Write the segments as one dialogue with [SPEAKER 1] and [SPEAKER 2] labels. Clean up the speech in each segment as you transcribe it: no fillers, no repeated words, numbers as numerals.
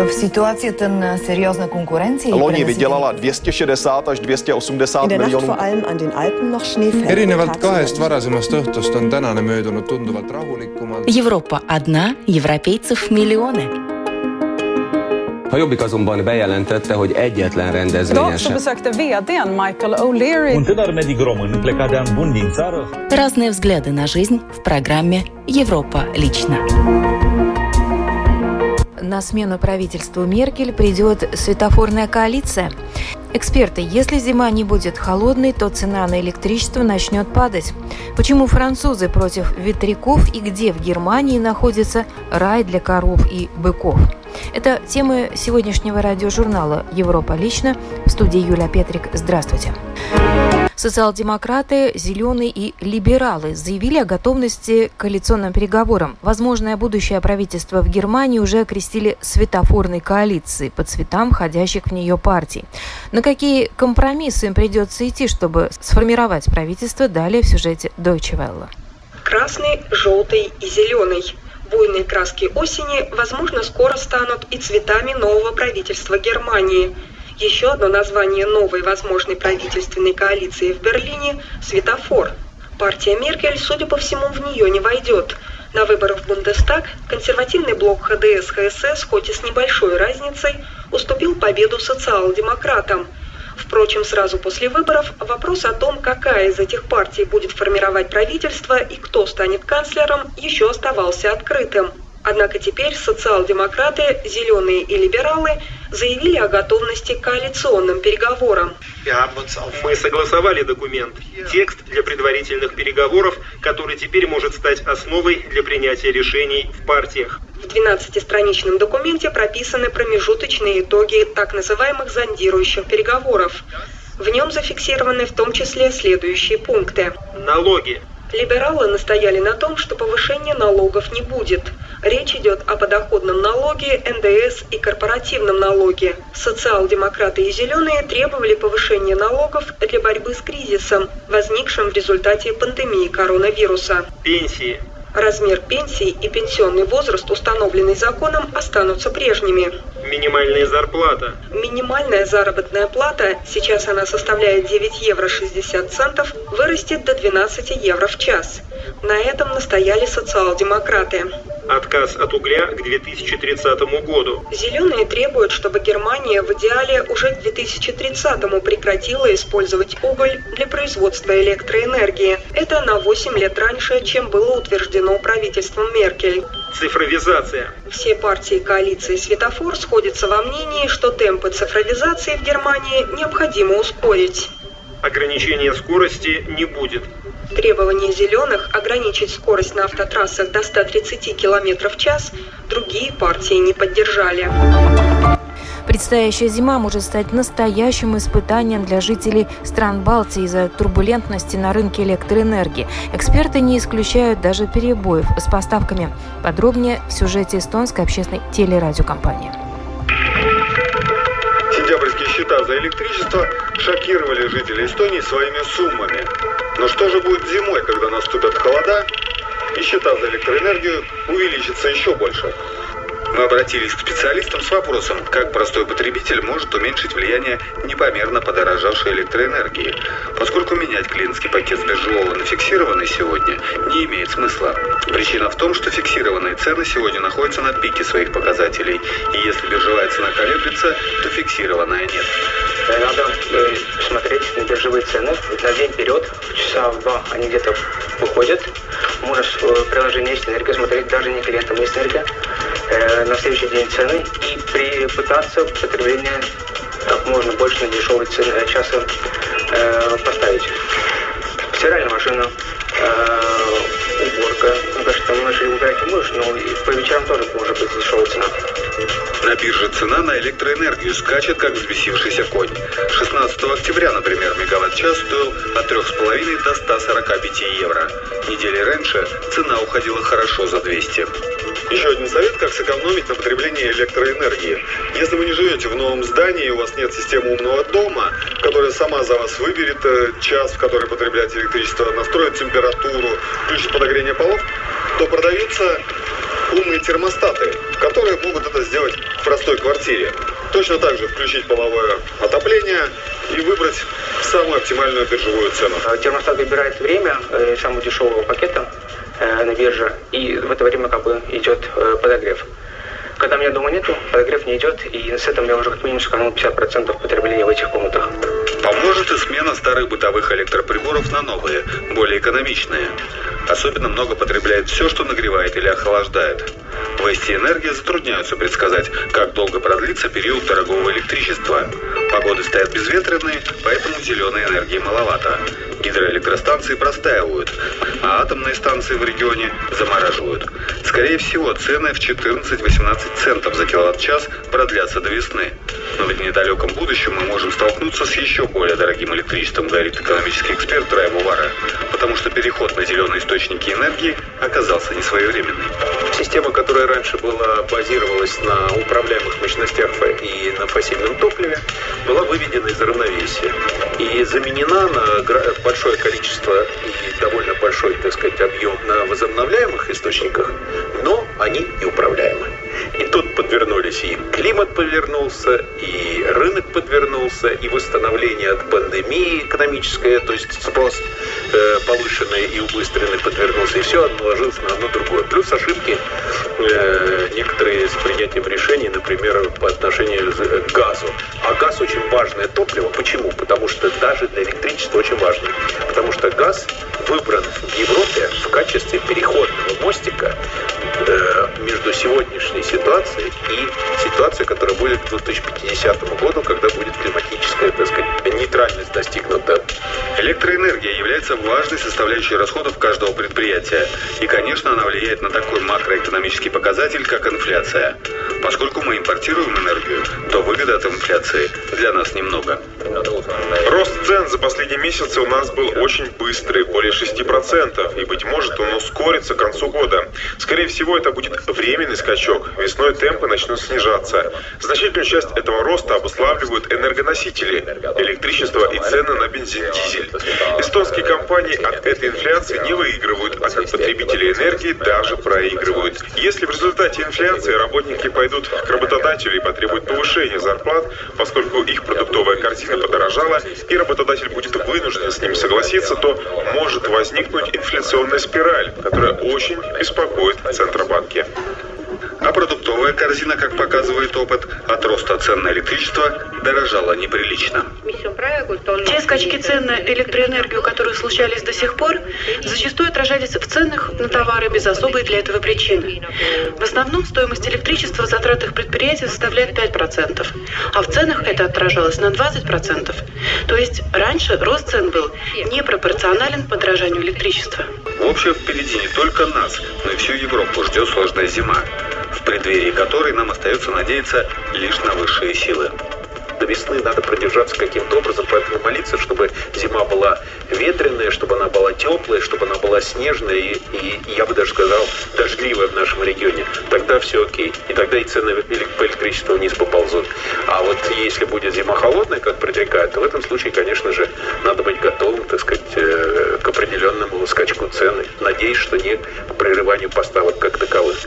[SPEAKER 1] V situaci ten seriózna konkurenci.
[SPEAKER 2] Loni vydělala 260 až 280 miljonů.
[SPEAKER 3] Erinevalt kahest varasemast õhtust on tänane möödunud tunduvalt rahulikumalt.
[SPEAKER 4] Европа одна, европейцев миллионы.
[SPEAKER 5] A Jobbik azonban bejelentette, hogy egyetlen rendezvényen sem.
[SPEAKER 4] Разные взгляды на жизнь в программе «Европа лично».
[SPEAKER 6] На смену правительству Меркель придет светофорная коалиция. Эксперты, если зима не будет холодной, то цена на электричество начнет падать. Почему французы против ветряков и где в Германии находится рай для коров и быков? Это темы сегодняшнего радиожурнала «Европа лично». В студии Юлия Петрик. Здравствуйте. Социал-демократы, зеленые и либералы заявили о готовности к коалиционным переговорам. Возможное будущее правительство в Германии уже окрестили светофорной коалицией по цветам входящих в нее партий. На какие компромиссы им придется идти, чтобы сформировать правительство, далее в сюжете Deutsche Welle.
[SPEAKER 7] Красный, желтый и зеленый. Буйные краски осени, возможно, скоро станут и цветами нового правительства Германии. Еще одно название новой возможной правительственной коалиции в Берлине – «Светофор». Партия Меркель, судя по всему, в нее не войдет. На выборах в Бундестаг консервативный блок ХДС-ХСС, хоть и с небольшой разницей, уступил победу социал-демократам. Впрочем, сразу после выборов вопрос о том, какая из этих партий будет формировать правительство и кто станет канцлером, еще оставался открытым. Однако теперь социал-демократы, зеленые и либералы заявили о готовности к коалиционным переговорам.
[SPEAKER 8] Мы согласовали документ, текст для предварительных переговоров, который теперь может стать основой для принятия решений в партиях.
[SPEAKER 7] В 12-страничном документе прописаны промежуточные итоги так называемых зондирующих переговоров. В нем зафиксированы в том числе следующие пункты.
[SPEAKER 8] Налоги.
[SPEAKER 7] Либералы настояли на том, что повышения налогов не будет. Речь идет о подоходном налоге, НДС и корпоративном налоге. Социал-демократы и зеленые требовали повышения налогов для борьбы с кризисом, возникшим в результате пандемии коронавируса.
[SPEAKER 8] Пенсии.
[SPEAKER 7] Размер пенсий и пенсионный возраст, установленный законом, останутся прежними.
[SPEAKER 8] Минимальная зарплата.
[SPEAKER 7] Минимальная заработная плата, сейчас она составляет 9 евро 60 центов, вырастет до 12 евро в час. На этом настояли социал-демократы.
[SPEAKER 8] Отказ от угля к 2030 году.
[SPEAKER 7] Зеленые требуют, чтобы Германия в идеале уже к 2030 прекратила использовать уголь для производства электроэнергии. Это на 8 лет раньше, чем было утверждено правительством Меркель.
[SPEAKER 8] Цифровизация.
[SPEAKER 7] Все партии коалиции «Светофор» сходятся во мнении, что темпы цифровизации в Германии необходимо ускорить.
[SPEAKER 8] Ограничения скорости не будет.
[SPEAKER 7] Требование зеленых ограничить скорость на автотрассах до 130 км в час другие партии не поддержали.
[SPEAKER 6] Предстоящая зима может стать настоящим испытанием для жителей стран Балтии из-за турбулентности на рынке электроэнергии. Эксперты не исключают даже перебоев с поставками. Подробнее в сюжете эстонской общественной телерадиокомпании.
[SPEAKER 9] Сентябрьские счета за электричество шокировали жителей Эстонии своими суммами. Но что же будет зимой, когда наступят холода, и счета за электроэнергию увеличатся еще больше? Мы обратились к специалистам с вопросом, как простой потребитель может уменьшить влияние непомерно подорожавшей электроэнергии, поскольку менять клиентский пакет с биржевого на фиксированный сегодня не имеет смысла. Причина в том, что фиксированные цены сегодня находятся на пике своих показателей, и если биржевая цена колеблется, то фиксированная нет.
[SPEAKER 10] Надо смотреть на биржевые цены на день вперед, часа в 2 они где-то выходят. Можно в приложении «Есть энергия» смотреть даже не клиентам «Есть энергия», на следующий день цены и пытаться потребление как можно больше на дешевые цены часа поставить. Стиральная машина, уборка. Ну, конечно, там немножко убирать не можешь, но и по вечерам тоже может быть дешевая цена.
[SPEAKER 9] На бирже цена на электроэнергию скачет, как взбесившийся конь. 16 октября, например, мегаватт-час стоил от 3,5 до 145 евро. Недели раньше цена уходила хорошо за 200. Еще один совет, как сэкономить на потреблении электроэнергии. Если вы не живете в новом здании, у вас нет системы умного дома, которая сама за вас выберет час, в который потреблять электричество, настроит температуру, включит подогрение полов, то продаются умные термостаты, которые могут это сделать в простой квартире. Точно так же включить половое отопление и выбрать самую оптимальную биржевую цену.
[SPEAKER 10] Термостат выбирает время самого дешевого пакета на бирже, и в это время как бы идет подогрев. Когда меня дома нету, подогрев не идет, и с этим я уже как минимум сэкономил 50% потребления в этих комнатах.
[SPEAKER 11] Поможет и смена старых бытовых электроприборов на новые, более экономичные. Особенно много потребляет все, что нагревает или охлаждает. Власти энергии затрудняются предсказать, как долго продлится период дорогого электричества. Погоды стоят безветренные, поэтому зеленой энергии маловато. Гидроэлектростанции простаивают, а атомные станции в регионе замораживают. Скорее всего, цены в 14-18 центов за киловатт-час продлятся до весны. Но в недалеком будущем мы можем столкнуться с еще более дорогим электричеством, говорит экономический эксперт Раймо Вара, потому что переход на зеленые источники энергии оказался несвоевременный.
[SPEAKER 12] Система, которая раньше базировалась на управляемых мощностях и на фосильном топливе, была выведена из равновесия и заменена на большое количество и довольно большой, так сказать, объем на возобновляемых источниках, но они неуправляемы. И тут подвернулись, и климат подвернулся, и рынок подвернулся, и восстановление от пандемии экономическое, то есть спрос повышенный и убыстренный подвернулся, и все одно ложилось на одно другое. Плюс ошибки некоторые с принятием решений, например, по отношению к газу. А газ очень важное топливо. Почему? Потому что даже для электричества очень важно. Потому что газ выбран в Европе в качестве переходного мостика между сегодняшней ситуацией и ситуацией, которая будет к 2050 году, когда будет климатическая, так сказать, нейтральность достигнута.
[SPEAKER 11] Электроэнергия является важной составляющей расходов каждого предприятия. И, конечно, она влияет на такой макроэкономический показатель, как инфляция. Поскольку мы импортируем энергию, то выгоды от инфляции для нас немного.
[SPEAKER 13] Рост цен за последние месяцы у нас был очень быстрый, более 6%, и, быть может, он ускорится к концу года. Скорее всего, это будет временный скачок. Весной темпы начнут снижаться. Значительную часть этого роста обуславливают энергоносители, электричество и цены на бензин, дизель. Эстонские компании от этой инфляции не выигрывают, а как потребители энергии даже проигрывают. Если в результате инфляции работники пойдут к работодателю и потребуют повышения зарплат, поскольку их продуктовая корзина подорожала, и работодатель будет вынужден с ним согласиться, то может возникнуть инфляционная спираль, которая очень беспокоит Центробанки.
[SPEAKER 11] А продуктовая корзина, как показывает опыт, от роста цен на электричество дорожала неприлично.
[SPEAKER 14] Те скачки цен на электроэнергию, которые случались до сих пор, зачастую отражались в ценах на товары без особой для этого причины. В основном стоимость электричества в затратах предприятий составляет 5%, а в ценах это отражалось на 20%. То есть раньше рост цен был непропорционален подорожанию электричества.
[SPEAKER 11] В общем, впереди не только нас, но и всю Европу ждет сложная зима, в преддверии которой нам остается надеяться лишь на высшие силы.
[SPEAKER 12] До весны надо продержаться каким-то образом, поэтому молиться, чтобы зима была ветреная, чтобы она была теплая, чтобы она была снежная и я бы даже сказал, дождливая в нашем регионе. Тогда все окей. И тогда и цены по электричеству вниз поползут. А вот если будет зима холодная, как предрекают, то в этом случае, конечно же, надо быть готовым, так сказать, к определенному скачку цены. Надеюсь, что не к прерыванию поставок как таковых.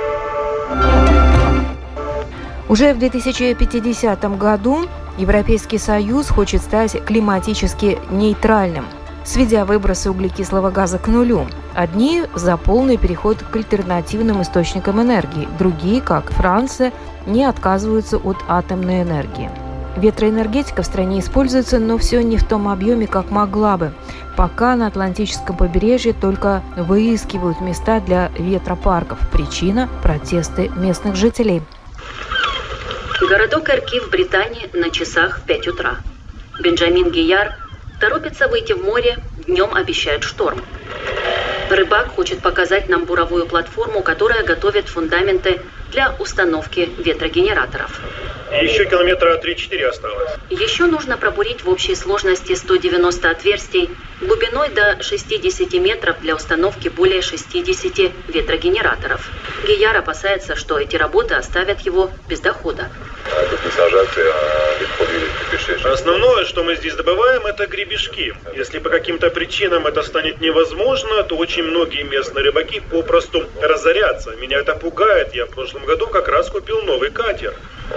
[SPEAKER 6] Уже в 2050 году Европейский Союз хочет стать климатически нейтральным, сведя выбросы углекислого газа к нулю. Одни за полный переход к альтернативным источникам энергии, другие, как Франция, не отказываются от атомной энергии. Ветроэнергетика в стране используется, но все не в том объеме, как могла бы. Пока на Атлантическом побережье только выискивают места для ветропарков. Причина – протесты местных жителей.
[SPEAKER 15] Городок Эрки в Британии на часах 5 утра. Бенджамин Гияр торопится выйти в море, днем обещает шторм. Рыбак хочет показать нам буровую платформу, которая готовит фундаменты для установки ветрогенераторов.
[SPEAKER 8] Еще километра 3-4 осталось.
[SPEAKER 15] Еще нужно пробурить в общей сложности 190 отверстий, глубиной до 60 метров для установки более 60 ветрогенераторов. Гияр опасается, что эти работы оставят его без дохода.
[SPEAKER 8] Основное, что мы здесь добываем, это гребешки. Если по каким-то причинам это станет невозможно, то очень многие местные рыбаки попросту разорятся. Меня это пугает. Я в прошлом году как раз купил новый катер.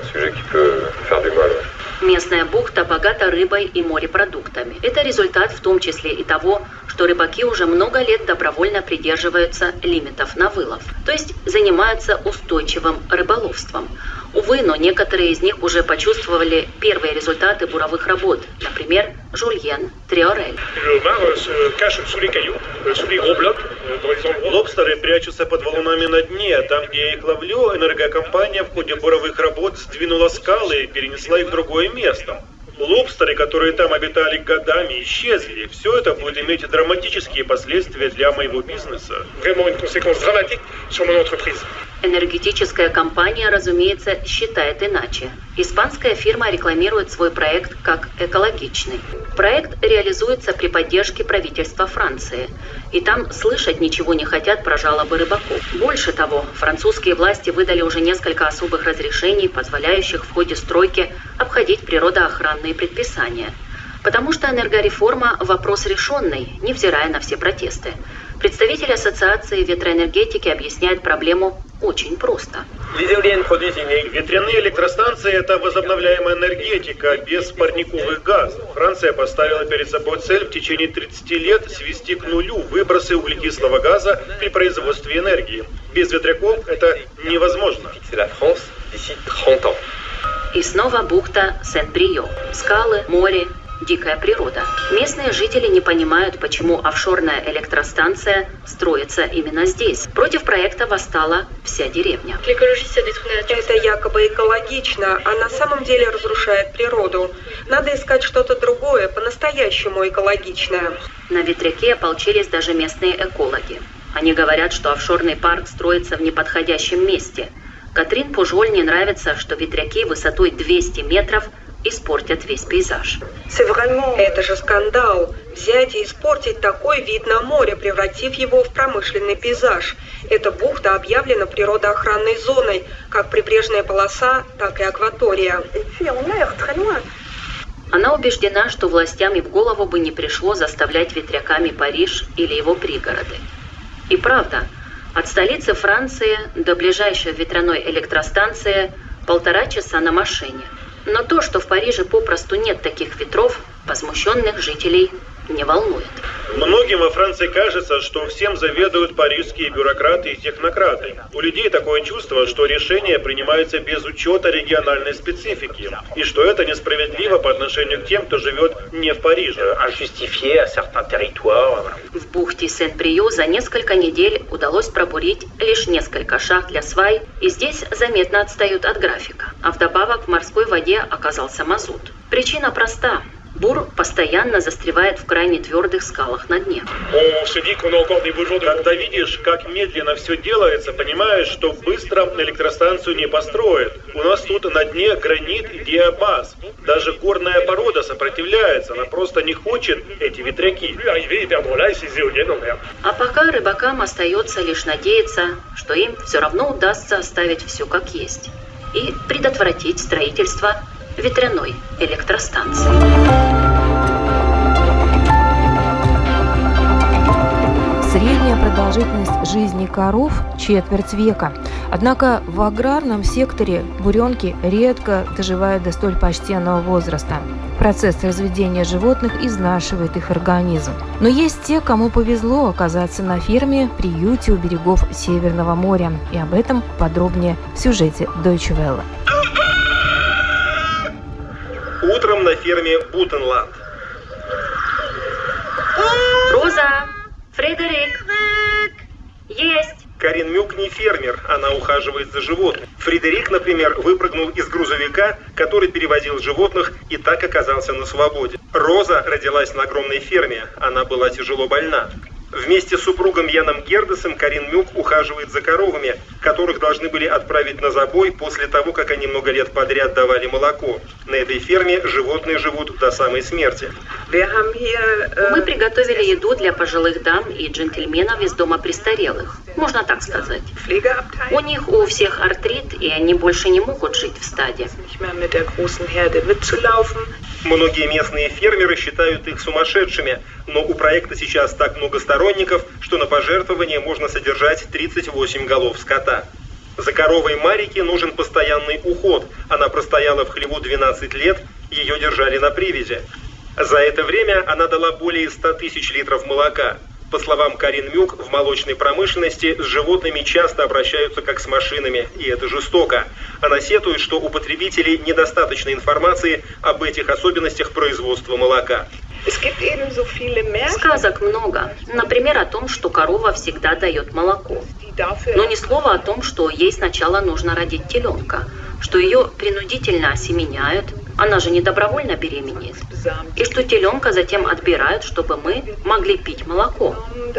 [SPEAKER 15] Местная бухта богата рыбой и морепродуктами. Это результат в том числе и того, что рыбаки уже много лет добровольно придерживаются лимитов на вылов, то есть занимаются устойчивым рыболовством. Увы, но некоторые из них уже почувствовали первые результаты буровых работ, например, Жульен Триорель.
[SPEAKER 8] Лобстеры прячутся под валунами на дне. Там, где я их ловлю, энергокомпания в ходе буровых работ сдвинула скалы и перенесла их в другое место. Лобстеры, которые там обитали годами, исчезли. Все это будет иметь драматические последствия для моего бизнеса.
[SPEAKER 15] Энергетическая компания, разумеется, считает иначе. Испанская фирма рекламирует свой проект как экологичный. Проект реализуется при поддержке правительства Франции. И там слышать ничего не хотят про жалобы рыбаков. Больше того, французские власти выдали уже несколько особых разрешений, позволяющих в ходе стройки обходить природоохранные предписания. Потому что энергореформа – вопрос решенный, невзирая на все протесты. Представитель Ассоциации ветроэнергетики объясняет проблему очень просто.
[SPEAKER 8] Ветряные электростанции – это возобновляемая энергетика без парниковых газов. Франция поставила перед собой цель в течение 30 лет свести к нулю выбросы углекислого газа при производстве энергии. Без ветряков это невозможно.
[SPEAKER 15] И снова бухта Сен-Брио. Скалы, море, дикая природа. Местные жители не понимают, почему офшорная электростанция строится именно здесь. Против проекта восстала вся деревня.
[SPEAKER 7] Это якобы экологично, а на самом деле разрушает природу. Надо искать что-то другое, по-настоящему экологичное.
[SPEAKER 15] На ветряке ополчились даже местные экологи. Они говорят, что офшорный парк строится в неподходящем месте. Катрин Пужоль не нравится, что ветряки высотой 200 метров испортят весь пейзаж.
[SPEAKER 7] Это же скандал. Взять и испортить такой вид на море, превратив его в промышленный пейзаж. Эта бухта объявлена природоохранной зоной, как прибрежная полоса, так и акватория.
[SPEAKER 15] Она убеждена, что властям и в голову бы не пришло заставлять ветряками Париж или его пригороды. И правда, от столицы Франции до ближайшей ветряной электростанции 1,5 часа на машине. Но то, что в Париже попросту нет таких ветров, возмущенных жителей не волнует.
[SPEAKER 8] Многим во Франции кажется, что всем заведуют парижские бюрократы и технократы. У людей такое чувство, что решения принимаются без учета региональной специфики, и что это несправедливо по отношению к тем, кто живет не в Париже.
[SPEAKER 15] В бухте Сен-Брио за несколько недель удалось пробурить лишь несколько шахт для свай, и здесь заметно отстают от графика. А вдобавок в морской воде оказался мазут. Причина проста. Бур постоянно застревает в крайне твердых скалах на дне.
[SPEAKER 8] Когда видишь, как медленно все делается, понимаешь, что быстро электростанцию не построят. У нас тут на дне гранит и диабаз. Даже горная порода сопротивляется, она просто не хочет эти ветряки.
[SPEAKER 15] А пока рыбакам остается лишь надеяться, что им все равно удастся оставить все как есть и предотвратить строительство ветряной электростанции.
[SPEAKER 6] Средняя продолжительность жизни коров – 1/4 века. Однако в аграрном секторе буренки редко доживают до столь почтенного возраста. Процесс разведения животных изнашивает их организм. Но есть те, кому повезло оказаться на ферме, приюте у берегов Северного моря. И об этом подробнее в сюжете Deutsche Welle.
[SPEAKER 8] Утром на ферме Бутенланд.
[SPEAKER 15] Роза! Фредерик! Есть!
[SPEAKER 8] Карин Мюк не фермер, она ухаживает за животными. Фредерик, например, выпрыгнул из грузовика, который перевозил животных, и так оказался на свободе. Роза родилась на огромной ферме, она была тяжело больна.
[SPEAKER 16] Вместе с супругом Яном Гердесом Карин Мюк ухаживает за коровами, которых должны были отправить на забой после того, как они много лет подряд давали молоко. На этой ферме животные живут до самой смерти.
[SPEAKER 15] Мы приготовили еду для пожилых дам и джентльменов из дома престарелых. Можно так сказать. У них у всех артрит, и они больше не могут жить в стаде.
[SPEAKER 16] Многие местные фермеры считают их сумасшедшими, но у проекта сейчас так много сторонников, что на пожертвование можно содержать 38 голов скота. За коровой Марике нужен постоянный уход. Она простояла в хлеву 12 лет, ее держали на привязи. За это время она дала более 100 тысяч литров молока. По словам Карин Мюк, в молочной промышленности с животными часто обращаются как с машинами, и это жестоко. Она сетует, что у потребителей недостаточно информации об этих особенностях производства молока.
[SPEAKER 15] Сказок много. Например, о том, что корова всегда дает молоко. Но ни слова о том, что ей сначала нужно родить теленка, что ее принудительно осеменяют, она же не добровольно беременеет, и что теленка затем отбирают, чтобы мы могли пить молоко.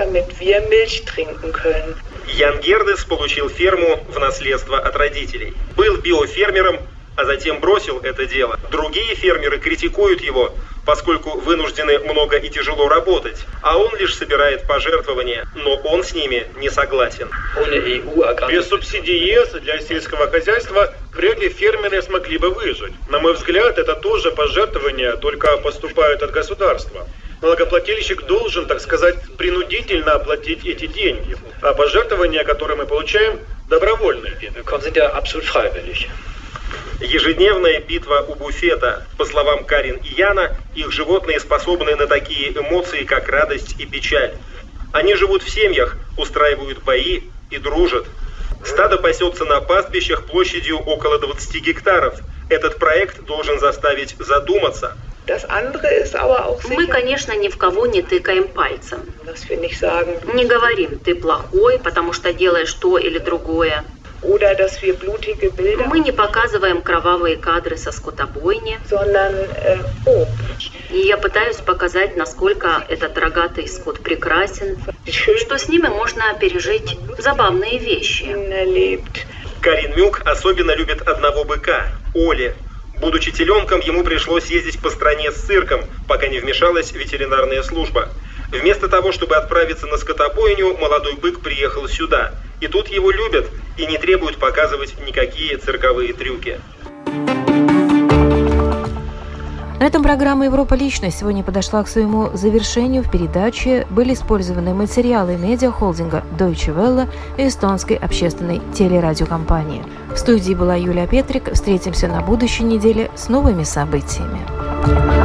[SPEAKER 16] Ян Гердес получил ферму в наследство от родителей. Был биофермером, а затем бросил это дело. Другие фермеры критикуют его, поскольку вынуждены много и тяжело работать, а он лишь собирает пожертвования, но он с ними не согласен.
[SPEAKER 8] Без субсидий ЕС для сельского хозяйства вряд ли фермеры смогли бы выжить. На мой взгляд, это тоже пожертвования, только поступают от государства. Налогоплательщик должен, так сказать, принудительно оплатить эти деньги, а пожертвования, которые мы получаем, добровольные.
[SPEAKER 16] Ежедневная битва у буфета. По словам Карин и Яна, их животные способны на такие эмоции, как радость и печаль. Они живут в семьях, устраивают бои и дружат. Стадо пасется на пастбищах площадью около 20 гектаров. Этот проект должен заставить задуматься.
[SPEAKER 15] Мы, конечно, ни в кого не тыкаем пальцем. Не говорим, ты плохой, потому что делаешь то или другое. Мы не показываем кровавые кадры со скотобойни. И я пытаюсь показать, насколько этот рогатый скот прекрасен, что с ними можно пережить забавные вещи.
[SPEAKER 16] Карин Мюк особенно любит одного быка – Оли. Будучи теленком, ему пришлось ездить по стране с цирком, пока не вмешалась ветеринарная служба. Вместо того, чтобы отправиться на скотобойню, молодой бык приехал сюда. И тут его любят и не требуют показывать никакие цирковые трюки.
[SPEAKER 6] На этом программа «Европа. Личность» сегодня подошла к своему завершению. В передаче были использованы материалы медиахолдинга Deutsche Welle и эстонской общественной телерадиокомпании. В студии была Юлия Петрик. Встретимся на будущей неделе с новыми событиями.